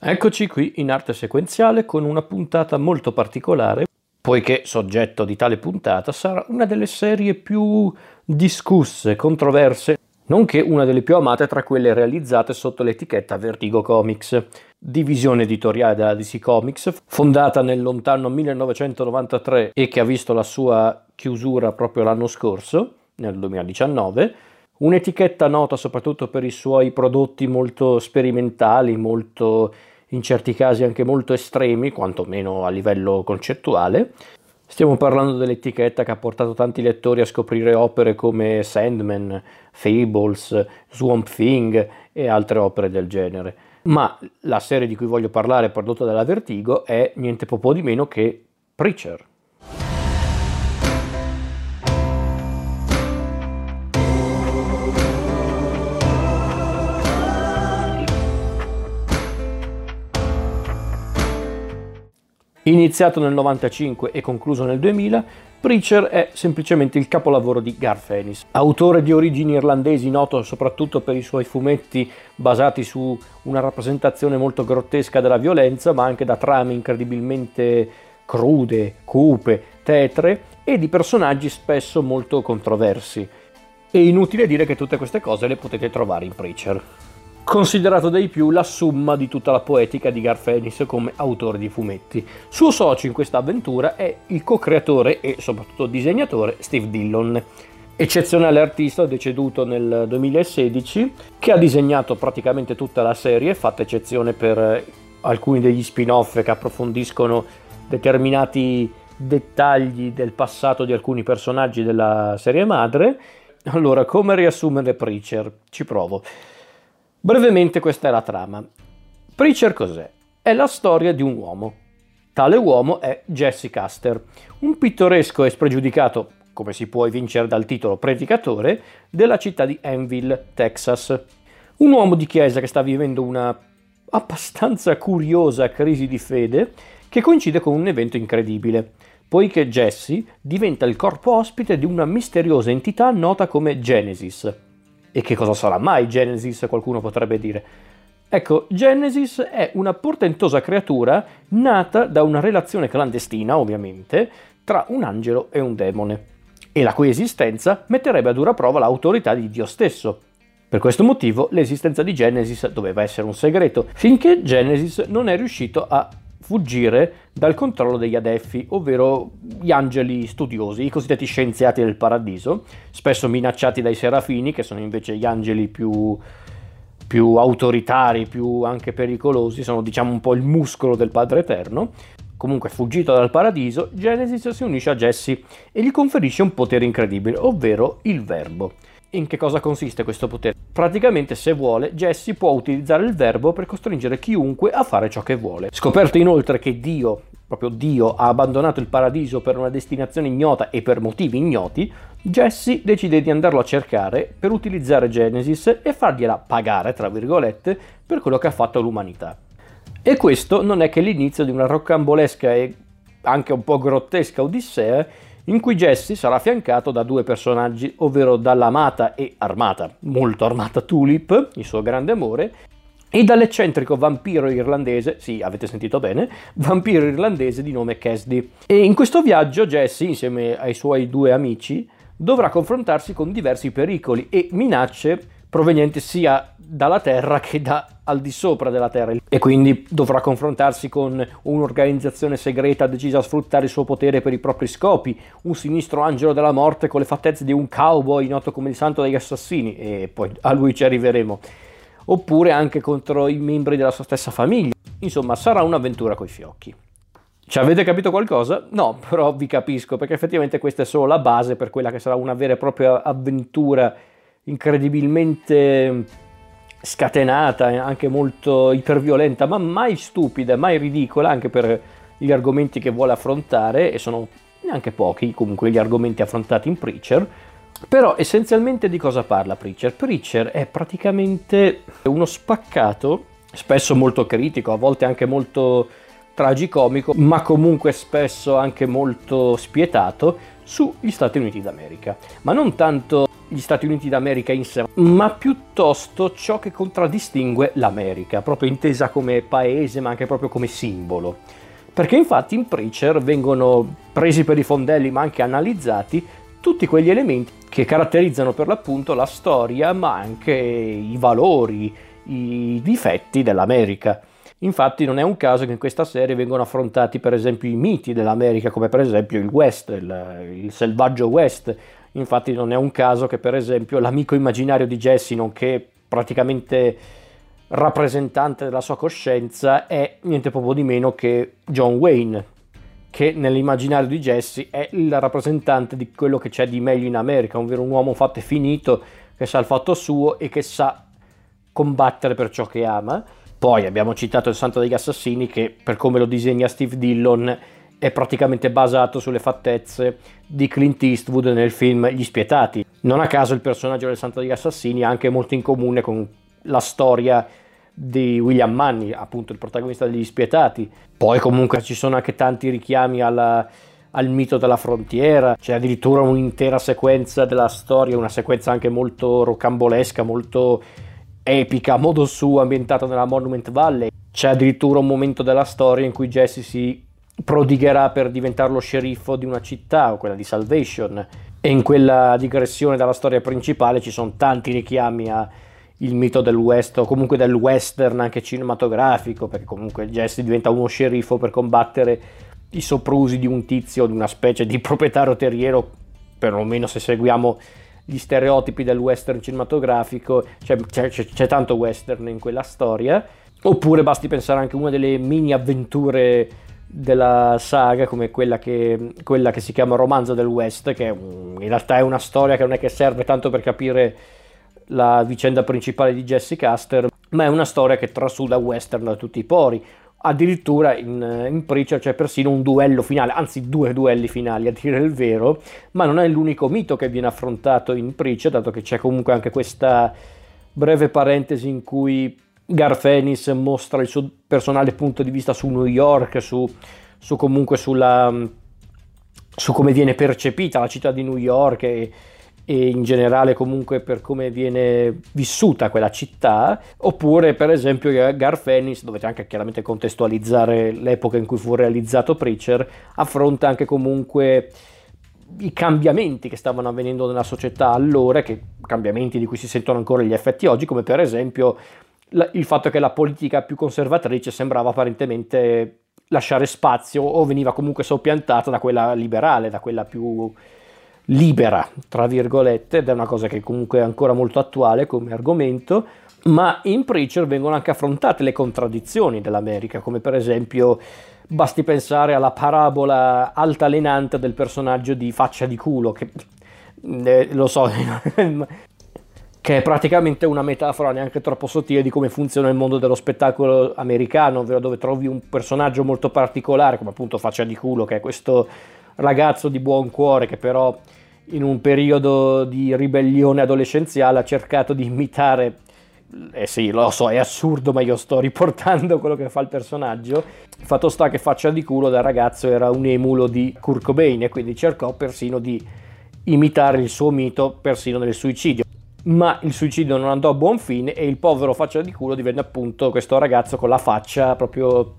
Eccoci qui in arte sequenziale con una puntata molto particolare, poiché soggetto di tale puntata sarà una delle serie più discusse, controverse, nonché una delle più amate tra quelle realizzate sotto l'etichetta Vertigo Comics, divisione editoriale della DC Comics, fondata nel lontano 1993 e che ha visto la sua chiusura proprio l'anno scorso, nel 2019. Un'etichetta nota soprattutto per i suoi prodotti molto sperimentali, molto in certi casi anche molto estremi, quantomeno a livello concettuale. Stiamo parlando dell'etichetta che ha portato tanti lettori a scoprire opere come Sandman, Fables, Swamp Thing e altre opere del genere. Ma la serie di cui voglio parlare, prodotta dalla Vertigo, è niente po' di meno che Preacher. Iniziato nel 95 e concluso nel 2000, Preacher è semplicemente il capolavoro di Garth Ennis, autore di origini irlandesi noto soprattutto per i suoi fumetti basati su una rappresentazione molto grottesca della violenza, ma anche da trame incredibilmente crude, cupe, tetre e di personaggi spesso molto controversi. È inutile dire che tutte queste cose le potete trovare in Preacher. Considerato dai più la summa di tutta la poetica di Garth Ennis come autore di fumetti. Suo socio in questa avventura è il co-creatore e soprattutto disegnatore Steve Dillon, eccezionale artista deceduto nel 2016, che ha disegnato praticamente tutta la serie, fatta eccezione per alcuni degli spin-off che approfondiscono determinati dettagli del passato di alcuni personaggi della serie madre. Allora, come riassumere Preacher? Ci provo. Brevemente questa è la trama. Preacher cos'è? È la storia di un uomo. Tale uomo è Jesse Custer, un pittoresco e spregiudicato, come si può evincere dal titolo, predicatore della città di Enville, Texas. Un uomo di chiesa che sta vivendo una abbastanza curiosa crisi di fede che coincide con un evento incredibile, poiché Jesse diventa il corpo ospite di una misteriosa entità nota come Genesis. E che cosa sarà mai Genesis, qualcuno potrebbe dire? Ecco, Genesis è una portentosa creatura nata da una relazione clandestina, ovviamente, tra un angelo e un demone, e la cui esistenza metterebbe a dura prova l'autorità di Dio stesso. Per questo motivo l'esistenza di Genesis doveva essere un segreto, finché Genesis non è riuscito a fuggire dal controllo degli adeffi, ovvero gli angeli studiosi, i cosiddetti scienziati del paradiso, spesso minacciati dai serafini, che sono invece gli angeli più autoritari, più anche pericolosi, sono diciamo un po' il muscolo del Padre Eterno. Comunque, fuggito dal paradiso, Genesis si unisce a Jesse e gli conferisce un potere incredibile, ovvero il verbo. In che cosa consiste questo potere? Praticamente, se vuole, Jesse può utilizzare il verbo per costringere chiunque a fare ciò che vuole. Scoperto inoltre che Dio, proprio Dio, ha abbandonato il paradiso per una destinazione ignota e per motivi ignoti, Jesse decide di andarlo a cercare per utilizzare Genesis e fargliela pagare, tra virgolette, per quello che ha fatto all'umanità. E questo non è che l'inizio di una roccambolesca e anche un po' grottesca odissea in cui Jesse sarà affiancato da due personaggi, ovvero dall'amata e armata, molto armata Tulip, il suo grande amore, e dall'eccentrico vampiro irlandese, sì, avete sentito bene, vampiro irlandese di nome Cassidy. E in questo viaggio Jesse, insieme ai suoi due amici, dovrà confrontarsi con diversi pericoli e minacce provenienti sia dalla terra che da al di sopra della terra, e quindi dovrà confrontarsi con un'organizzazione segreta decisa a sfruttare il suo potere per i propri scopi, un sinistro angelo della morte con le fattezze di un cowboy noto come il santo degli assassini, e poi a lui ci arriveremo, oppure anche contro i membri della sua stessa famiglia. Insomma, sarà un'avventura coi fiocchi. Ci avete capito qualcosa? No, però vi capisco, perché effettivamente questa è solo la base per quella che sarà una vera e propria avventura incredibilmente scatenata, anche molto iperviolenta, ma mai stupida, mai ridicola, anche per gli argomenti che vuole affrontare, e sono neanche pochi comunque gli argomenti affrontati in Preacher. Però essenzialmente di cosa parla Preacher? Preacher è praticamente uno spaccato, spesso molto critico, a volte anche molto tragicomico, ma comunque spesso anche molto spietato, sugli Stati Uniti d'America, ma non tanto gli Stati Uniti d'America in sé, ma piuttosto ciò che contraddistingue l'America, proprio intesa come paese, ma anche proprio come simbolo. Perché infatti in Preacher vengono presi per i fondelli, ma anche analizzati tutti quegli elementi che caratterizzano per l'appunto la storia, ma anche i valori, i difetti dell'America. Infatti non è un caso che in questa serie vengono affrontati per esempio i miti dell'America, come per esempio il West, il selvaggio West. Infatti non è un caso che per esempio l'amico immaginario di Jesse, nonché praticamente rappresentante della sua coscienza, è niente proprio di meno che John Wayne, che nell'immaginario di Jesse è il rappresentante di quello che c'è di meglio in America, ovvero un uomo fatto e finito, che sa il fatto suo e che sa combattere per ciò che ama. Poi abbiamo citato il Santo degli Assassini, che per come lo disegna Steve Dillon è praticamente basato sulle fattezze di Clint Eastwood nel film Gli Spietati. Non a caso il personaggio del Santo degli Assassini ha anche molto in comune con la storia di William Munny, appunto il protagonista degli Spietati. Poi comunque ci sono anche tanti richiami al mito della frontiera, c'è addirittura un'intera sequenza della storia, una sequenza anche molto rocambolesca, molto epica a modo suo, ambientata nella Monument Valley. C'è addirittura un momento della storia in cui Jesse si prodigherà per diventare lo sceriffo di una città, o quella di Salvation, e in quella digressione dalla storia principale ci sono tanti richiami a il mito del West, o comunque del western anche cinematografico, perché comunque Jesse diventa uno sceriffo per combattere i soprusi di un tizio, di una specie di proprietario terriero, perlomeno se seguiamo gli stereotipi del western cinematografico. C'è tanto western in quella storia. Oppure basti pensare anche a una delle mini avventure della saga, come quella che si chiama Romanzo del West, che in realtà è una storia che non è che serve tanto per capire la vicenda principale di Jesse Custer, ma è una storia che trasuda western da tutti i pori. Addirittura in Preacher c'è persino un duello finale, anzi 2 duelli finali a dire il vero, ma non è l'unico mito che viene affrontato in Preacher, dato che c'è comunque anche questa breve parentesi in cui Garth Ennis mostra il suo personale punto di vista su New York, su come viene percepita la città di New York e in generale comunque per come viene vissuta quella città. Oppure per esempio Garth Ennis, dovete anche chiaramente contestualizzare l'epoca in cui fu realizzato Preacher, affronta anche comunque i cambiamenti che stavano avvenendo nella società allora, che cambiamenti di cui si sentono ancora gli effetti oggi, come per esempio il fatto che la politica più conservatrice sembrava apparentemente lasciare spazio, o veniva comunque soppiantata da quella liberale, da quella più libera, tra virgolette, ed è una cosa che comunque è ancora molto attuale come argomento. Ma in Preacher vengono anche affrontate le contraddizioni dell'America, come per esempio basti pensare alla parabola altalenante del personaggio di Faccia di Culo, che lo so che è praticamente una metafora neanche troppo sottile di come funziona il mondo dello spettacolo americano, ovvero dove trovi un personaggio molto particolare come appunto Faccia di Culo, che è questo ragazzo di buon cuore che però in un periodo di ribellione adolescenziale ha cercato di imitare, sì, lo so, è assurdo, ma io sto riportando quello che fa il personaggio. Il fatto sta che Faccia di Culo da ragazzo era un emulo di Kurt Cobain e quindi cercò persino di imitare il suo mito persino nel suicidio. Ma il suicidio non andò a buon fine e il povero Faccia di Culo divenne appunto questo ragazzo con la faccia proprio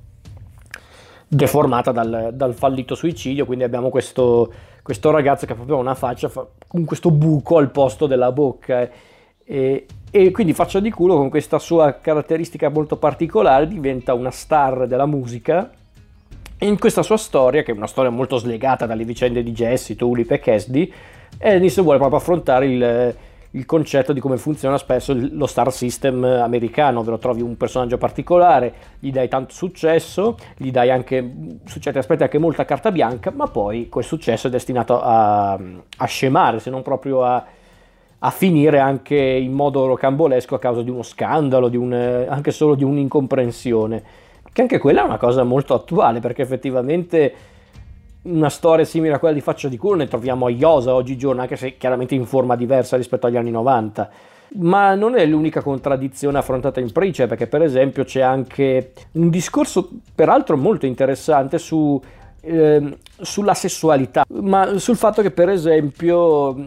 deformata dal fallito suicidio. Quindi abbiamo questo ragazzo che ha proprio una faccia con questo buco al posto della bocca e quindi Faccia di Culo, con questa sua caratteristica molto particolare, diventa una star della musica. E in questa sua storia, che è una storia molto slegata dalle vicende di Jesse, Tulip e Cassidy, Ennis vuole proprio affrontare il concetto di come funziona spesso lo star system americano, ovvero trovi un personaggio particolare, gli dai tanto successo, gli dai anche su certi aspetti anche molta carta bianca, ma poi quel successo è destinato a scemare, se non proprio a finire anche in modo rocambolesco a causa di uno scandalo, anche solo di un'incomprensione, che anche quella è una cosa molto attuale, perché effettivamente una storia simile a quella di Faccia di Culo ne troviamo a iosa oggigiorno, anche se chiaramente in forma diversa rispetto agli anni 90. Ma non è l'unica contraddizione affrontata in Preacher, perché per esempio c'è anche un discorso peraltro molto interessante sulla sessualità, ma sul fatto che per esempio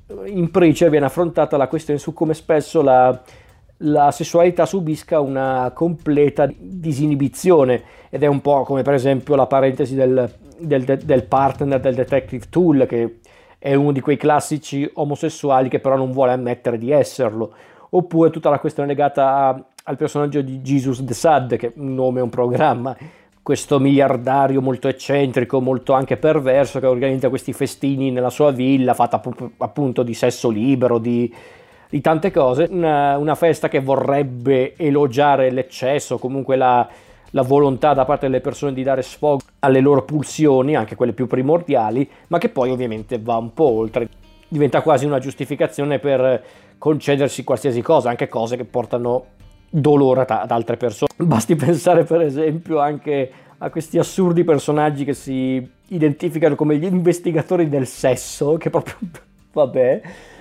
in Preacher viene affrontata la questione su come spesso la sessualità subisca una completa disinibizione, ed è un po' come per esempio la parentesi del partner del Detective Tool, che è uno di quei classici omosessuali che però non vuole ammettere di esserlo, oppure tutta la questione legata al personaggio di Jesus the Sad, che è un nome, un programma, questo miliardario molto eccentrico, molto anche perverso, che organizza questi festini nella sua villa, fatta appunto di sesso libero, di tante cose, una festa che vorrebbe elogiare l'eccesso, comunque la volontà da parte delle persone di dare sfogo alle loro pulsioni, anche quelle più primordiali, ma che poi ovviamente va un po' oltre, diventa quasi una giustificazione per concedersi qualsiasi cosa, anche cose che portano dolore ad altre persone. Basti pensare per esempio anche a questi assurdi personaggi che si identificano come gli investigatori del sesso, che proprio vabbè,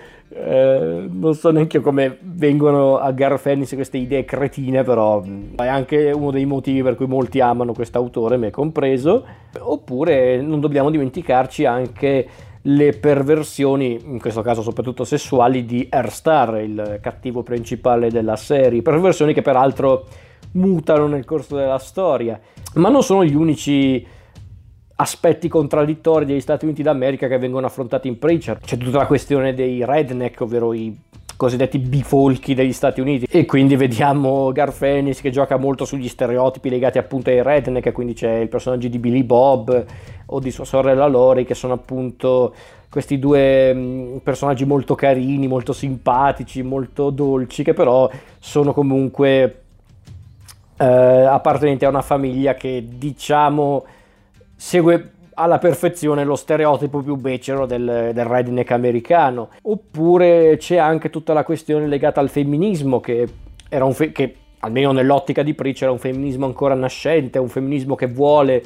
non so neanche come vengono a Garth Ennis queste idee cretine, però è anche uno dei motivi per cui molti amano quest'autore, me compreso. Oppure non dobbiamo dimenticarci anche le perversioni, in questo caso soprattutto sessuali, di Erstar, il cattivo principale della serie, perversioni che peraltro mutano nel corso della storia, ma non sono gli unici aspetti contraddittori degli Stati Uniti d'America che vengono affrontati in Preacher. C'è tutta la questione dei redneck, ovvero i cosiddetti bifolchi degli Stati Uniti, e quindi vediamo Garth Ennis che gioca molto sugli stereotipi legati appunto ai redneck, quindi c'è il personaggio di Billy Bob o di sua sorella Lori, che sono appunto questi due personaggi molto carini, molto simpatici, molto dolci, che però sono comunque appartenenti a una famiglia che diciamo segue alla perfezione lo stereotipo più becero del redneck americano. Oppure c'è anche tutta la questione legata al femminismo, che era che almeno nell'ottica di Preacher era un femminismo ancora nascente, un femminismo che vuole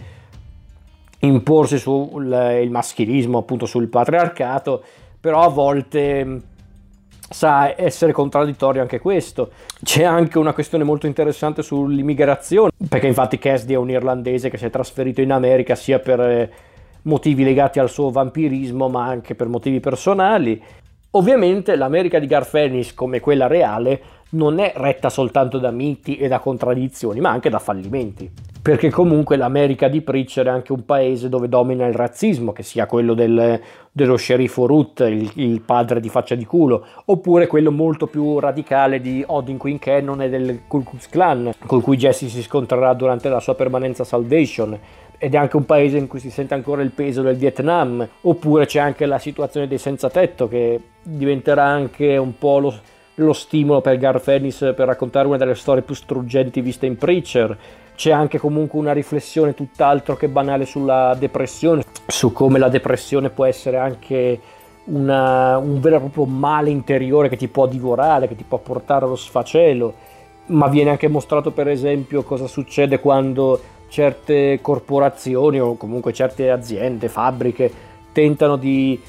imporsi sul maschilismo, appunto sul patriarcato, però a volte sa essere contraddittorio anche questo. C'è anche una questione molto interessante sull'immigrazione, perché infatti Cassidy è un irlandese che si è trasferito in America sia per motivi legati al suo vampirismo, ma anche per motivi personali. Ovviamente l'America di Garth Ennis, come quella reale, non è retta soltanto da miti e da contraddizioni, ma anche da fallimenti, perché comunque l'America di Preacher è anche un paese dove domina il razzismo, che sia quello dello sceriffo Root, il padre di faccia di culo, oppure quello molto più radicale di Odin Quinn Cannon e del Ku Klux Klan, con cui Jesse si scontrerà durante la sua permanenza a Salvation. Ed è anche un paese in cui si sente ancora il peso del Vietnam. Oppure c'è anche la situazione dei senza tetto, che diventerà anche un po' lo stimolo per Garth Ennis per raccontare una delle storie più struggenti viste in Preacher. C'è anche comunque una riflessione tutt'altro che banale sulla depressione, su come la depressione può essere anche un vero e proprio male interiore che ti può divorare, che ti può portare allo sfacelo. Ma viene anche mostrato per esempio cosa succede quando certe corporazioni o comunque certe aziende, fabbriche tentano di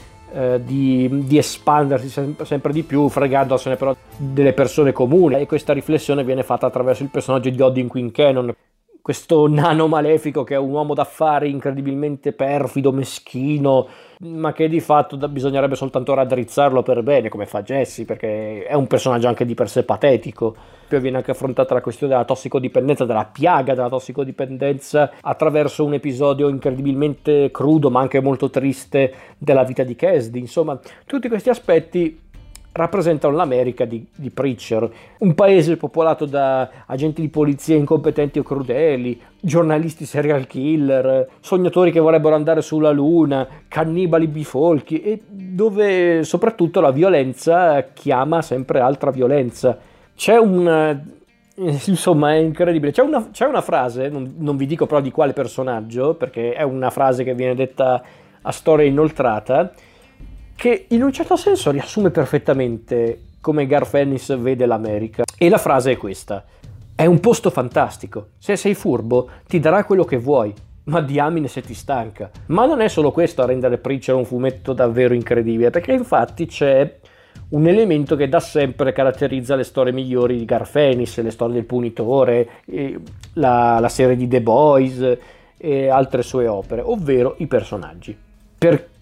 espandersi sempre di più, fregandosene però delle persone comuni. E questa riflessione viene fatta attraverso il personaggio di Odin Quinn Cannon, questo nano malefico che è un uomo d'affari incredibilmente perfido, meschino, ma che di fatto bisognerebbe soltanto raddrizzarlo per bene, come fa Jesse, perché è un personaggio anche di per sé patetico. Poi viene anche affrontata la questione della tossicodipendenza, della piaga della tossicodipendenza, attraverso un episodio incredibilmente crudo ma anche molto triste della vita di Cassidy. Insomma, tutti questi aspetti rappresentano l'America di Preacher, un paese popolato da agenti di polizia incompetenti o crudeli, giornalisti serial killer, sognatori che vorrebbero andare sulla luna, cannibali bifolchi, e dove soprattutto la violenza chiama sempre altra violenza. Insomma, è incredibile. C'è una frase, non vi dico però di quale personaggio, perché è una frase che viene detta a storia inoltrata, che in un certo senso riassume perfettamente come Garth Ennis vede l'America. E la frase è questa: è un posto fantastico, se sei furbo ti darà quello che vuoi, ma diamine se ti stanca. Ma non è solo questo a rendere Preacher un fumetto davvero incredibile, perché infatti c'è un elemento che da sempre caratterizza le storie migliori di Garth Ennis, le storie del Punitore, la serie di The Boys e altre sue opere, ovvero i personaggi. Per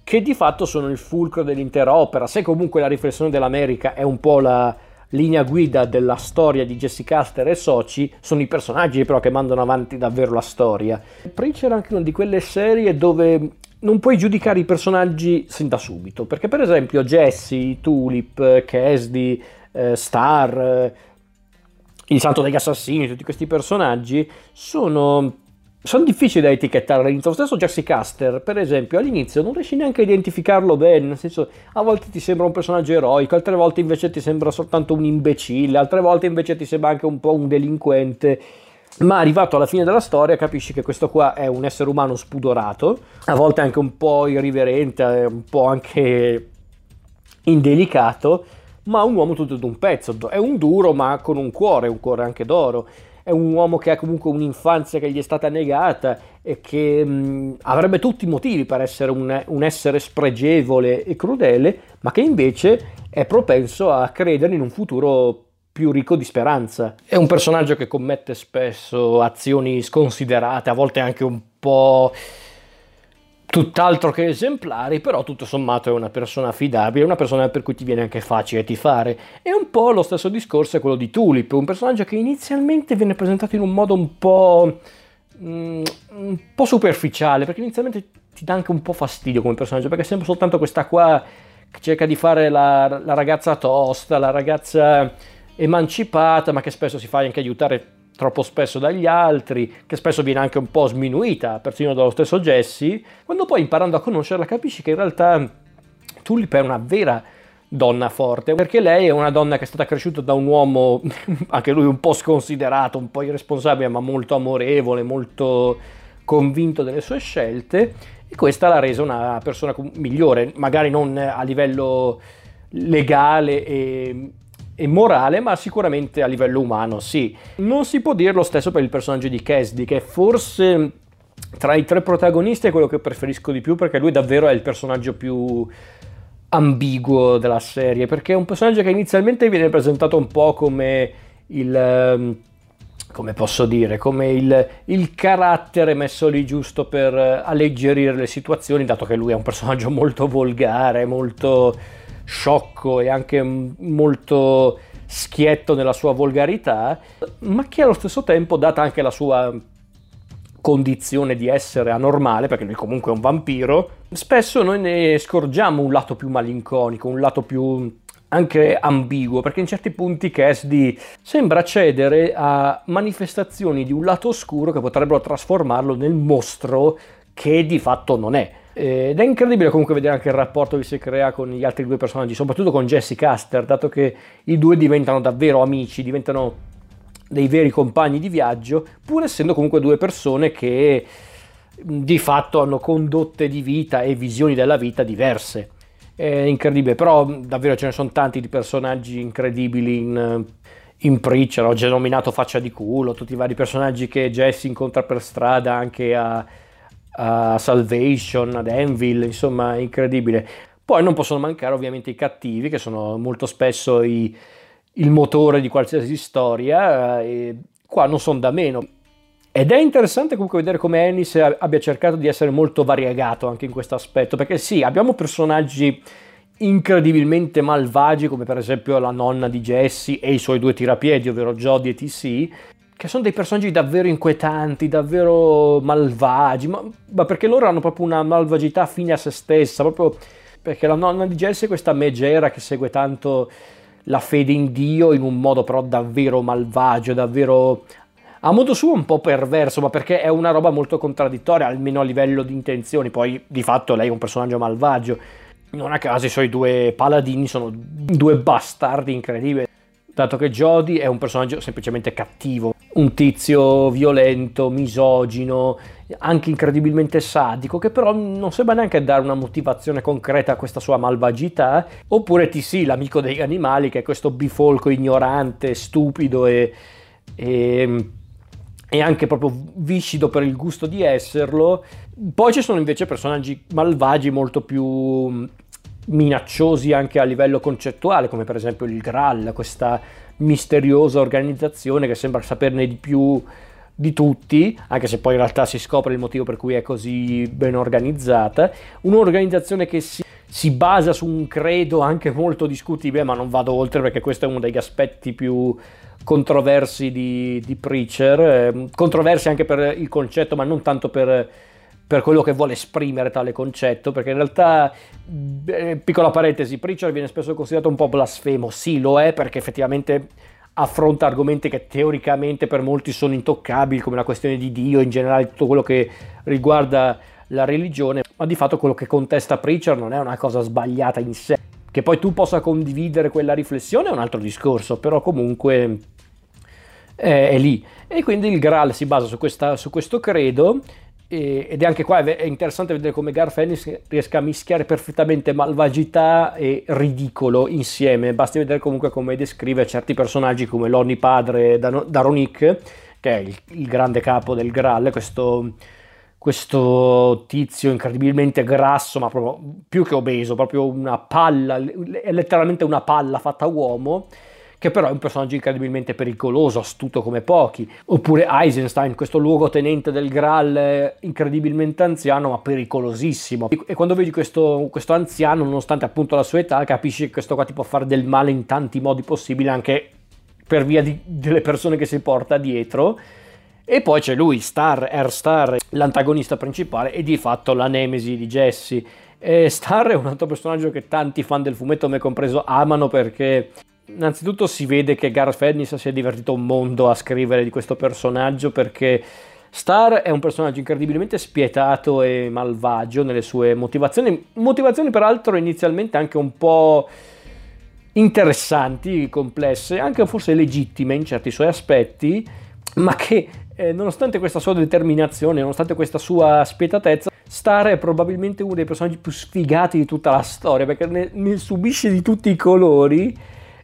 che di fatto sono il fulcro dell'intera opera. Se comunque la riflessione dell'America è un po' la linea guida della storia di Jesse Custer e soci, sono i personaggi però che mandano avanti davvero la storia. Preacher è anche una di quelle serie dove non puoi giudicare i personaggi sin da subito, perché per esempio Jesse, Tulip, Cassidy, Star, il Santo degli Assassini, tutti questi personaggi sono difficili da etichettare all'inizio. Lo stesso Jesse Custer, per esempio, all'inizio non riesci neanche a identificarlo bene, nel senso, a volte ti sembra un personaggio eroico, altre volte invece ti sembra soltanto un imbecille, altre volte invece ti sembra anche un po' un delinquente. Ma arrivato alla fine della storia capisci che questo qua è un essere umano spudorato, a volte anche un po' irriverente, un po' anche indelicato, ma un uomo tutto d'un pezzo. È un duro ma con un cuore anche d'oro. È un uomo che ha comunque un'infanzia che gli è stata negata e che avrebbe tutti i motivi per essere un essere spregevole e crudele, ma che invece è propenso a credere in un futuro più ricco di speranza. È un personaggio che commette spesso azioni sconsiderate, a volte anche un po' tutt'altro che esemplari, però tutto sommato è una persona affidabile, una persona per cui ti viene anche facile tifare. E un po' lo stesso discorso è quello di Tulip, un personaggio che inizialmente viene presentato in un modo un po' superficiale, perché inizialmente ti dà anche un po' fastidio come personaggio, perché è sempre soltanto questa qua che cerca di fare la ragazza tosta, la ragazza emancipata, ma che spesso si fa anche aiutare troppo spesso dagli altri, che spesso viene anche un po' sminuita, persino dallo stesso Jesse. Quando poi, imparando a conoscerla, capisci che in realtà Tulip è una vera donna forte, perché lei è una donna che è stata cresciuta da un uomo, anche lui un po' sconsiderato, un po' irresponsabile, ma molto amorevole, molto convinto delle sue scelte, e questa l'ha resa una persona migliore, magari non a livello legale e morale, ma sicuramente a livello umano, sì. Non si può dire lo stesso per il personaggio di Cassidy, che forse tra i tre protagonisti è quello che preferisco di più, perché lui davvero è il personaggio più ambiguo della serie, perché è un personaggio che inizialmente viene presentato un po' come come posso dire, come il carattere messo lì giusto per alleggerire le situazioni, dato che lui è un personaggio molto volgare, molto sciocco e anche molto schietto nella sua volgarità, ma che allo stesso tempo, data anche la sua condizione di essere anormale, perché lui comunque è un vampiro, spesso noi ne scorgiamo un lato più malinconico, un lato più anche ambiguo, perché in certi punti Cassidy sembra cedere a manifestazioni di un lato oscuro che potrebbero trasformarlo nel mostro che di fatto non è. Ed è incredibile comunque vedere anche il rapporto che si crea con gli altri due personaggi, soprattutto con Jesse Custer, dato che i due diventano davvero amici, diventano dei veri compagni di viaggio, pur essendo comunque due persone che di fatto hanno condotte di vita e visioni della vita diverse. È incredibile, però davvero ce ne sono tanti di personaggi incredibili in Preacher. Ho già nominato Faccia di Culo, tutti i vari personaggi che Jesse incontra per strada, anche a Salvation, ad Anvil, insomma è incredibile. Poi non possono mancare ovviamente i cattivi, che sono molto spesso il motore di qualsiasi storia, e qua non sono da meno. Ed è interessante comunque vedere come Ennis abbia cercato di essere molto variegato anche in questo aspetto, perché sì, abbiamo personaggi incredibilmente malvagi, come per esempio la nonna di Jesse e i suoi due tirapiedi, ovvero Jodie e TC, che sono dei personaggi davvero inquietanti, davvero malvagi, ma perché loro hanno proprio una malvagità fine a se stessa, proprio perché la nonna di Jesse è questa megera che segue tanto la fede in Dio in un modo però davvero malvagio, davvero a modo suo un po' perverso, ma perché è una roba molto contraddittoria, almeno a livello di intenzioni. Poi di fatto lei è un personaggio malvagio. Non a caso i suoi due paladini sono due bastardi incredibili, dato che Jodie è un personaggio semplicemente cattivo, un tizio violento, misogino, anche incredibilmente sadico, che però non sembra neanche dare una motivazione concreta a questa sua malvagità. Oppure TC, l'amico degli animali, che è questo bifolco ignorante, stupido e anche proprio viscido per il gusto di esserlo. Poi ci sono invece personaggi malvagi molto più minacciosi anche a livello concettuale, come per esempio il Graal, questa misteriosa organizzazione che sembra saperne di più di tutti, anche se poi in realtà si scopre il motivo per cui è così ben organizzata, un'organizzazione che si basa su un credo anche molto discutibile, ma non vado oltre perché questo è uno degli aspetti più controversi di Preacher, controversi anche per il concetto, ma non tanto per quello che vuole esprimere tale concetto, perché in realtà, piccola parentesi, Preacher viene spesso considerato un po' blasfemo. Sì, lo è, perché effettivamente affronta argomenti che teoricamente per molti sono intoccabili, come la questione di Dio, in generale tutto quello che riguarda la religione, ma di fatto quello che contesta Preacher non è una cosa sbagliata in sé. Che poi tu possa condividere quella riflessione è un altro discorso, però comunque è lì. E quindi il Graal si basa su questo credo, ed è anche qua è interessante vedere come Garth Ennis riesca a mischiare perfettamente malvagità e ridicolo insieme. Basti vedere comunque come descrive certi personaggi come l'Onni Padre Daronik, che è il grande capo del Graal, questo tizio incredibilmente grasso, ma proprio più che obeso, proprio una palla, è letteralmente una palla fatta uomo, che però è un personaggio incredibilmente pericoloso, astuto come pochi. Oppure Eisenstein, questo luogotenente del Graal incredibilmente anziano ma pericolosissimo. E quando vedi questo anziano, nonostante appunto la sua età, capisci che questo qua ti può fare del male in tanti modi possibili, anche per via delle persone che si porta dietro. E poi c'è lui, Star, l'antagonista principale e di fatto la nemesi di Jesse. E Star è un altro personaggio che tanti fan del fumetto, me compreso, amano, perché innanzitutto si vede che Garth Ennis si è divertito un mondo a scrivere di questo personaggio, perché Star è un personaggio incredibilmente spietato e malvagio nelle sue motivazioni peraltro inizialmente anche un po' interessanti, complesse, anche forse legittime in certi suoi aspetti, ma che nonostante questa sua determinazione, nonostante questa sua spietatezza, Star è probabilmente uno dei personaggi più sfigati di tutta la storia, perché ne subisce di tutti i colori.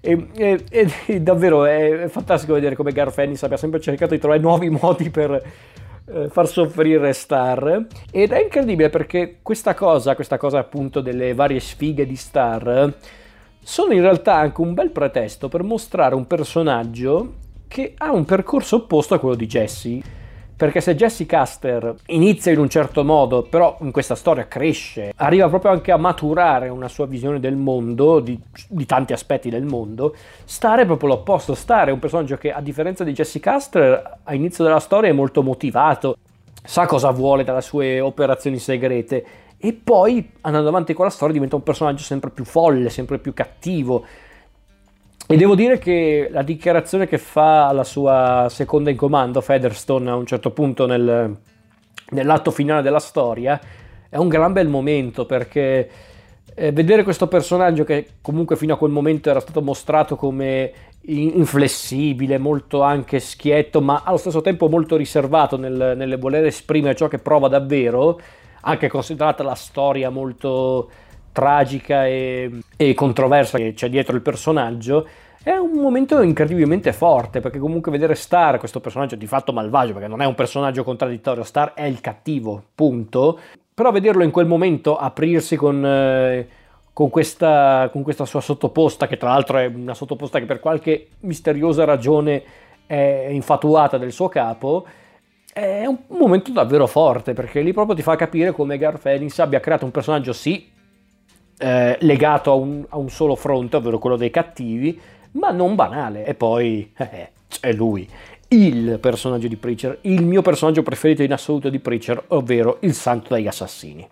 E davvero è fantastico vedere come Garth Ennis abbia sempre cercato di trovare nuovi modi per far soffrire Star, ed è incredibile perché questa cosa appunto delle varie sfighe di Star sono in realtà anche un bel pretesto per mostrare un personaggio che ha un percorso opposto a quello di Jesse. Perché se Jesse Custer inizia in un certo modo, però in questa storia cresce, arriva proprio anche a maturare una sua visione del mondo, di tanti aspetti del mondo, Star è proprio l'opposto. Star è un personaggio che, a differenza di Jesse Custer, all'inizio della storia è molto motivato, sa cosa vuole dalle sue operazioni segrete, e poi, andando avanti con la storia, diventa un personaggio sempre più folle, sempre più cattivo. E devo dire che la dichiarazione che fa alla sua seconda in comando, Featherstone, a un certo punto nell'atto finale della storia, è un gran bel momento, perché vedere questo personaggio che comunque fino a quel momento era stato mostrato come inflessibile, molto anche schietto, ma allo stesso tempo molto riservato nel voler esprimere ciò che prova davvero, anche considerata la storia molto tragica e controversa che c'è dietro il personaggio, è un momento incredibilmente forte, perché comunque vedere Star, questo personaggio di fatto malvagio, perché non è un personaggio contraddittorio, Star è il cattivo, punto, però vederlo in quel momento aprirsi con questa sua sottoposta, che tra l'altro è una sottoposta che per qualche misteriosa ragione è infatuata del suo capo, è un momento davvero forte, perché lì proprio ti fa capire come Garth Ennis abbia creato un personaggio sì legato a un solo fronte, ovvero quello dei cattivi, ma non banale. E poi c'è lui, il personaggio di Preacher, il mio personaggio preferito in assoluto di Preacher, ovvero il Santo degli Assassini.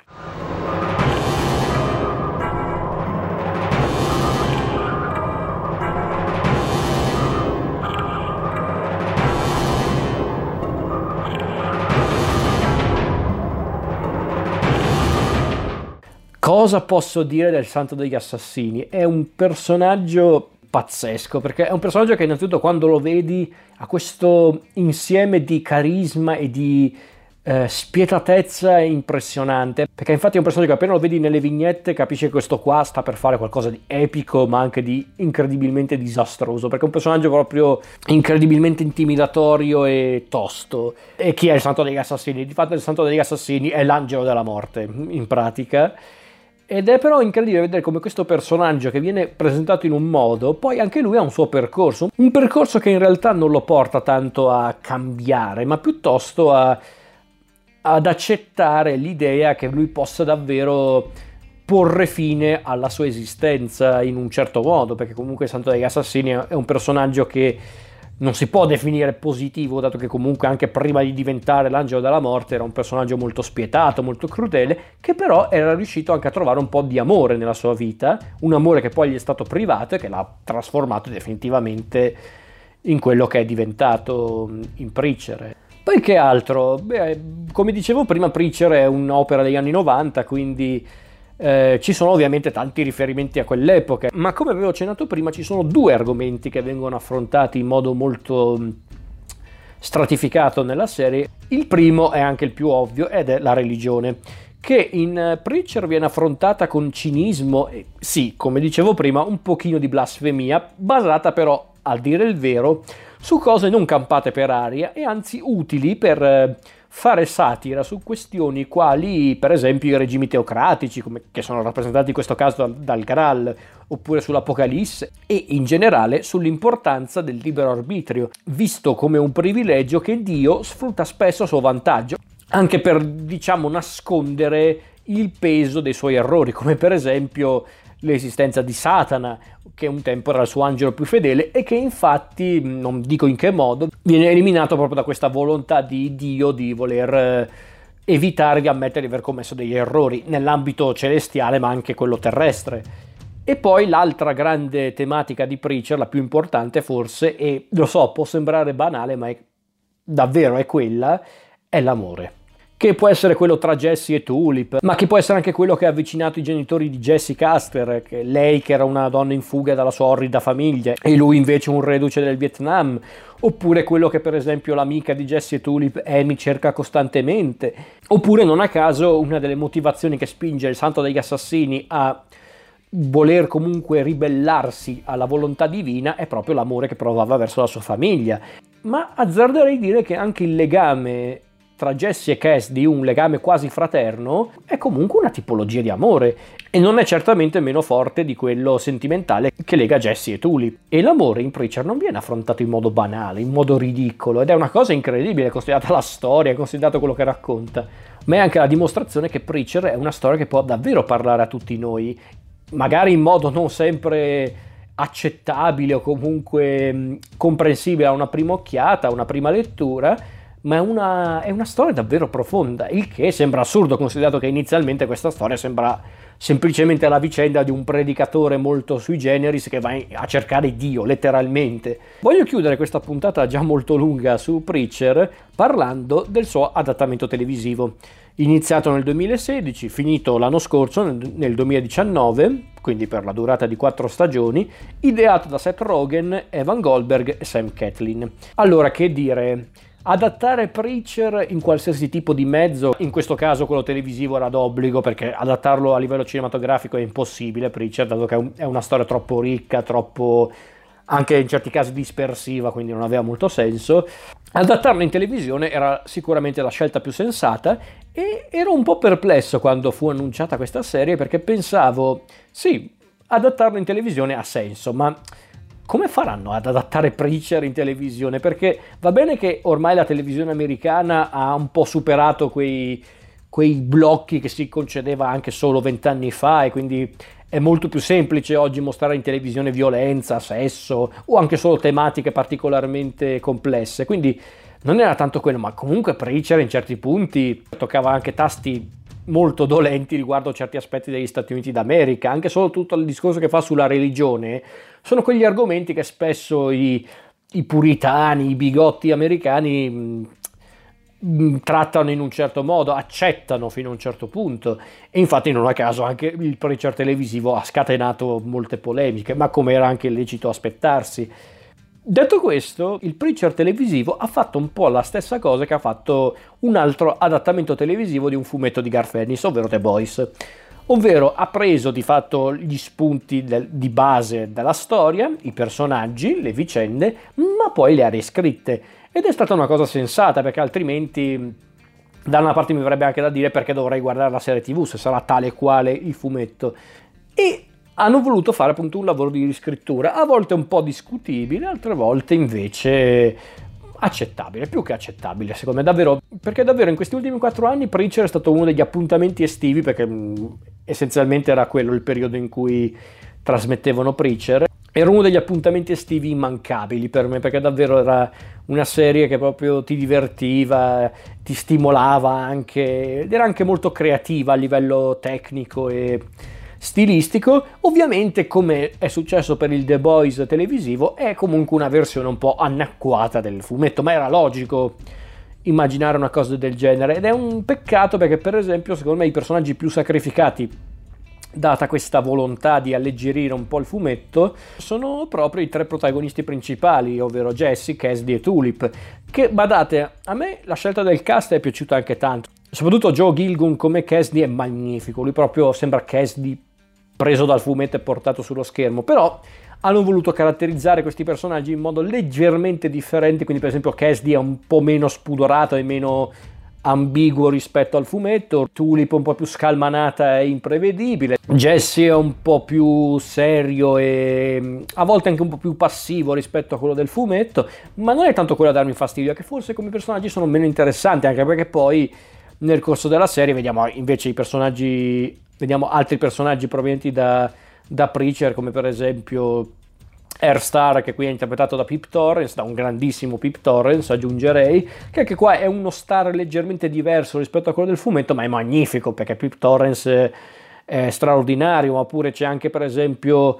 Cosa posso dire del Santo degli Assassini? È un personaggio pazzesco, perché è un personaggio che innanzitutto quando lo vedi ha questo insieme di carisma e di spietatezza impressionante, perché infatti è un personaggio che appena lo vedi nelle vignette capisci che questo qua sta per fare qualcosa di epico ma anche di incredibilmente disastroso, perché è un personaggio proprio incredibilmente intimidatorio e tosto. E chi è il Santo degli Assassini? Di fatto il Santo degli Assassini è l'angelo della morte, in pratica. Ed è però incredibile vedere come questo personaggio che viene presentato in un modo, poi anche lui ha un suo percorso, un percorso che in realtà non lo porta tanto a cambiare, ma piuttosto ad accettare l'idea che lui possa davvero porre fine alla sua esistenza in un certo modo, perché comunque Santo degli Assassini è un personaggio che non si può definire positivo, dato che comunque anche prima di diventare l'angelo della morte era un personaggio molto spietato, molto crudele, che però era riuscito anche a trovare un po' di amore nella sua vita, un amore che poi gli è stato privato e che l'ha trasformato definitivamente in quello che è diventato in Preacher. Poi che altro? Beh, come dicevo prima, Preacher è un'opera degli anni 90, quindi ci sono ovviamente tanti riferimenti a quell'epoca, ma come avevo accennato prima ci sono due argomenti che vengono affrontati in modo molto stratificato nella serie. Il primo è anche il più ovvio ed è la religione, che in Preacher viene affrontata con cinismo e sì, come dicevo prima, un pochino di blasfemia, basata però, a dire il vero, su cose non campate per aria e anzi utili per fare satira su questioni quali per esempio i regimi teocratici, che sono rappresentati in questo caso dal Graal, oppure sull'Apocalisse, e in generale sull'importanza del libero arbitrio, visto come un privilegio che Dio sfrutta spesso a suo vantaggio, anche per, diciamo, nascondere il peso dei suoi errori, come per esempio l'esistenza di Satana, che un tempo era il suo angelo più fedele e che infatti, non dico in che modo, viene eliminato proprio da questa volontà di Dio di voler evitare di ammettere di aver commesso degli errori nell'ambito celestiale ma anche quello terrestre. E poi l'altra grande tematica di Preacher, la più importante forse, e lo so, può sembrare banale ma davvero è quella, è l'amore. Che può essere quello tra Jessie e Tulip, ma che può essere anche quello che ha avvicinato i genitori di Jessie Custer, lei che era una donna in fuga dalla sua orrida famiglia e lui invece un reduce del Vietnam, oppure quello che per esempio l'amica di Jessie e Tulip, Amy, cerca costantemente, oppure non a caso una delle motivazioni che spinge il Santo degli Assassini a voler comunque ribellarsi alla volontà divina è proprio l'amore che provava verso la sua famiglia. Ma azzarderei dire che anche il legame tra Jessie e Cassidy, un legame quasi fraterno, è comunque una tipologia di amore e non è certamente meno forte di quello sentimentale che lega Jessie e Tulip. E l'amore in Preacher non viene affrontato in modo banale, in modo ridicolo, ed è una cosa incredibile considerata la storia, considerato quello che racconta, ma è anche la dimostrazione che Preacher è una storia che può davvero parlare a tutti noi, magari in modo non sempre accettabile o comunque comprensibile a una prima occhiata, a una prima lettura, ma è una storia davvero profonda, il che sembra assurdo considerato che inizialmente questa storia sembra semplicemente la vicenda di un predicatore molto sui generis che va a cercare Dio, letteralmente. Voglio chiudere questa puntata già molto lunga su Preacher parlando del suo adattamento televisivo, iniziato nel 2016, finito l'anno scorso nel 2019, quindi per la durata di 4 stagioni, ideato da Seth Rogen, Evan Goldberg e Sam Catlin. Allora, che dire? Adattare Preacher in qualsiasi tipo di mezzo, in questo caso quello televisivo era d'obbligo perché adattarlo a livello cinematografico è impossibile, Preacher, dato che è una storia troppo ricca, troppo anche in certi casi dispersiva, quindi non aveva molto senso. Adattarlo in televisione era sicuramente la scelta più sensata e ero un po' perplesso quando fu annunciata questa serie perché pensavo, sì, adattarlo in televisione ha senso, ma come faranno ad adattare Preacher in televisione? Perché va bene che ormai la televisione americana ha un po' superato quei blocchi che si concedeva anche solo 20 anni fa e quindi è molto più semplice oggi mostrare in televisione violenza, sesso o anche solo tematiche particolarmente complesse. Quindi non era tanto quello, ma comunque Preacher in certi punti toccava anche tasti molto dolenti riguardo certi aspetti degli Stati Uniti d'America, anche solo tutto il discorso che fa sulla religione, sono quegli argomenti che spesso i puritani, i bigotti americani trattano in un certo modo, accettano fino a un certo punto e infatti non a caso anche il Preacher televisivo ha scatenato molte polemiche, ma come era anche lecito aspettarsi. Detto questo, il Preacher televisivo ha fatto un po' la stessa cosa che ha fatto un altro adattamento televisivo di un fumetto di Garth Ennis, ovvero The Boys, ovvero ha preso di fatto gli spunti di base della storia, i personaggi, le vicende, ma poi le ha riscritte ed è stata una cosa sensata perché altrimenti Da una parte mi verrebbe anche da dire perché dovrei guardare la serie TV se sarà tale e quale il fumetto. E hanno voluto fare appunto un lavoro di riscrittura, a volte un po' discutibile, altre volte invece accettabile, più che accettabile secondo me, davvero, perché davvero in questi ultimi 4 anni Preacher è stato uno degli appuntamenti estivi, perché essenzialmente era quello il periodo in cui trasmettevano Preacher. Era uno degli appuntamenti estivi immancabili per me, perché davvero era una serie che proprio ti divertiva, ti stimolava anche, ed era anche molto creativa a livello tecnico e stilistico. Ovviamente, come è successo per il The Boys televisivo, è comunque una versione un po' annacquata del fumetto, ma era logico immaginare una cosa del genere, ed è un peccato perché, per esempio, secondo me i personaggi più sacrificati, data questa volontà di alleggerire un po' il fumetto, sono proprio i 3 protagonisti principali, ovvero Jesse, Cassidy e Tulip, che, badate, a me la scelta del cast è piaciuta anche tanto, soprattutto Joe Gilgun come Cassidy è magnifico, lui proprio sembra Cassidy preso dal fumetto e portato sullo schermo, però hanno voluto caratterizzare questi personaggi in modo leggermente differente, quindi per esempio Cassidy è un po' meno spudorato e meno ambiguo rispetto al fumetto, Tulip un po' più scalmanata e imprevedibile, Jesse è un po' più serio e a volte anche un po' più passivo rispetto a quello del fumetto, ma non è tanto quello a darmi fastidio, è che forse come personaggi sono meno interessanti, anche perché poi nel corso della serie vediamo invece i personaggi, vediamo altri personaggi provenienti da Preacher, come per esempio Airstar, che qui è interpretato da Pip Torrens, da un grandissimo Pip Torrens aggiungerei, che anche qua è uno star leggermente diverso rispetto a quello del fumetto, ma è magnifico perché Pip Torrens è straordinario. Ma pure c'è anche per esempio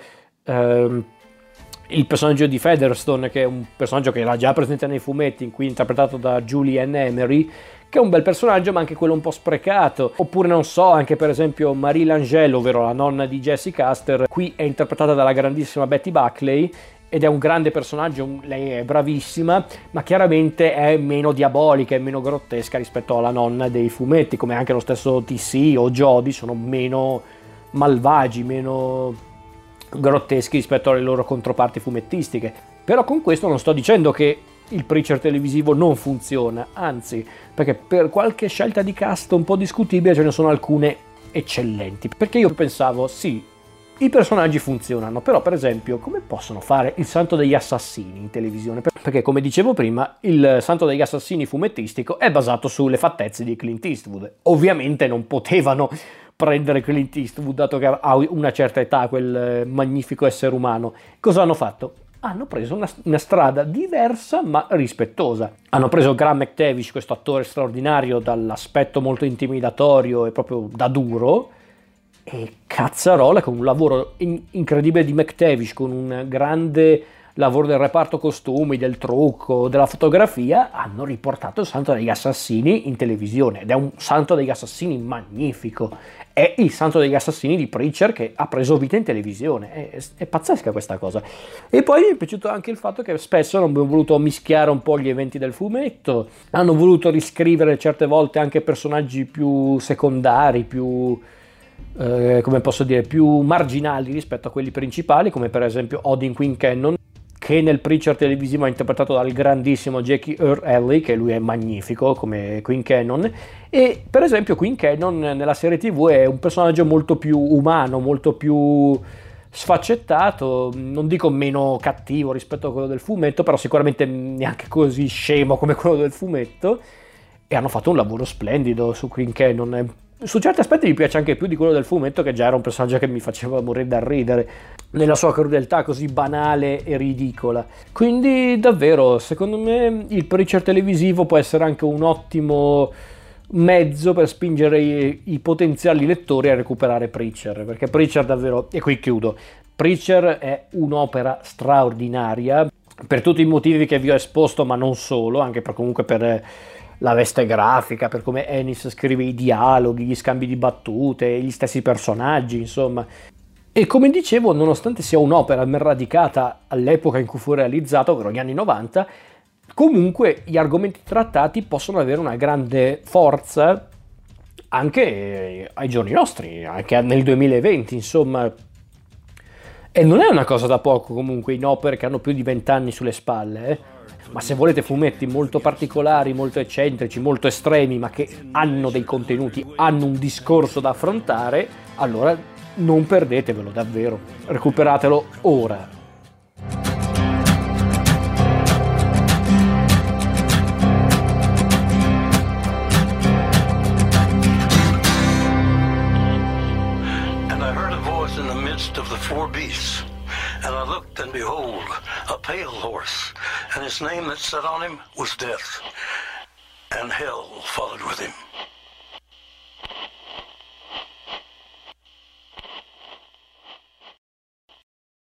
il personaggio di Featherstone, che è un personaggio che era già presente nei fumetti, in cui è interpretato da Julianne Emery, che è un bel personaggio ma anche quello un po' sprecato. Oppure non so, anche per esempio Marie Langell, ovvero la nonna di Jesse Custer, qui è interpretata dalla grandissima Betty Buckley ed è un grande personaggio, lei è bravissima, ma chiaramente è meno diabolica, è meno grottesca rispetto alla nonna dei fumetti, come anche lo stesso TC o Jodie sono meno malvagi, meno grotteschi rispetto alle loro controparti fumettistiche. Però con questo non sto dicendo che il Preacher televisivo non funziona, anzi, perché per qualche scelta di cast un po' discutibile ce ne sono alcune eccellenti, perché io pensavo sì, i personaggi funzionano, però per esempio come possono fare il Santo degli Assassini in televisione? Perché come dicevo prima, il Santo degli Assassini fumettistico è basato sulle fattezze di Clint Eastwood. Ovviamente non potevano prendere Clint Eastwood, dato che ha una certa età, quel magnifico essere umano. Cosa hanno fatto? Hanno preso una strada diversa ma rispettosa. Hanno preso Graham McTavish, questo attore straordinario dall'aspetto molto intimidatorio e proprio da duro, e cazzarola, con un lavoro incredibile di McTavish, con un grande lavoro del reparto costumi, del trucco, della fotografia, hanno riportato il Santo degli Assassini in televisione, ed è un Santo degli Assassini magnifico. È il Santo degli Assassini di Preacher che ha preso vita in televisione, è pazzesca questa cosa. E poi mi è piaciuto anche il fatto che spesso hanno voluto mischiare un po' gli eventi del fumetto, hanno voluto riscrivere certe volte anche personaggi più secondari, più come posso dire, più marginali rispetto a quelli principali, come per esempio Odin Quincannon, che nel Preacher televisivo è interpretato dal grandissimo Jackie Earle Haley, che lui è magnifico come Quincannon. E per esempio Quincannon nella serie TV è un personaggio molto più umano, molto più sfaccettato, non dico meno cattivo rispetto a quello del fumetto, però sicuramente neanche così scemo come quello del fumetto, e hanno fatto un lavoro splendido su Quincannon. Su certi aspetti mi piace anche più di quello del fumetto, che già era un personaggio che mi faceva morire da ridere nella sua crudeltà così banale e ridicola. Quindi davvero, secondo me il Preacher televisivo può essere anche un ottimo mezzo per spingere i potenziali lettori a recuperare Preacher, perché Preacher davvero, e qui chiudo, Preacher è un'opera straordinaria per tutti i motivi che vi ho esposto, ma non solo, anche comunque per la veste grafica, per come Ennis scrive i dialoghi, gli scambi di battute, gli stessi personaggi, insomma. E come dicevo, nonostante sia un'opera ben radicata all'epoca in cui fu realizzata, ovvero gli anni 90, comunque gli argomenti trattati possono avere una grande forza anche ai giorni nostri, anche nel 2020, insomma. E non è una cosa da poco comunque in opere che hanno più di 20 anni sulle spalle, Ma se volete fumetti molto particolari, molto eccentrici, molto estremi, ma che hanno dei contenuti, hanno un discorso da affrontare, allora non perdetevelo davvero, recuperatelo ora. In the midst of the four beasts, and I looked, and behold, a pale horse, and his name that sat on him was Death, and hell followed with him.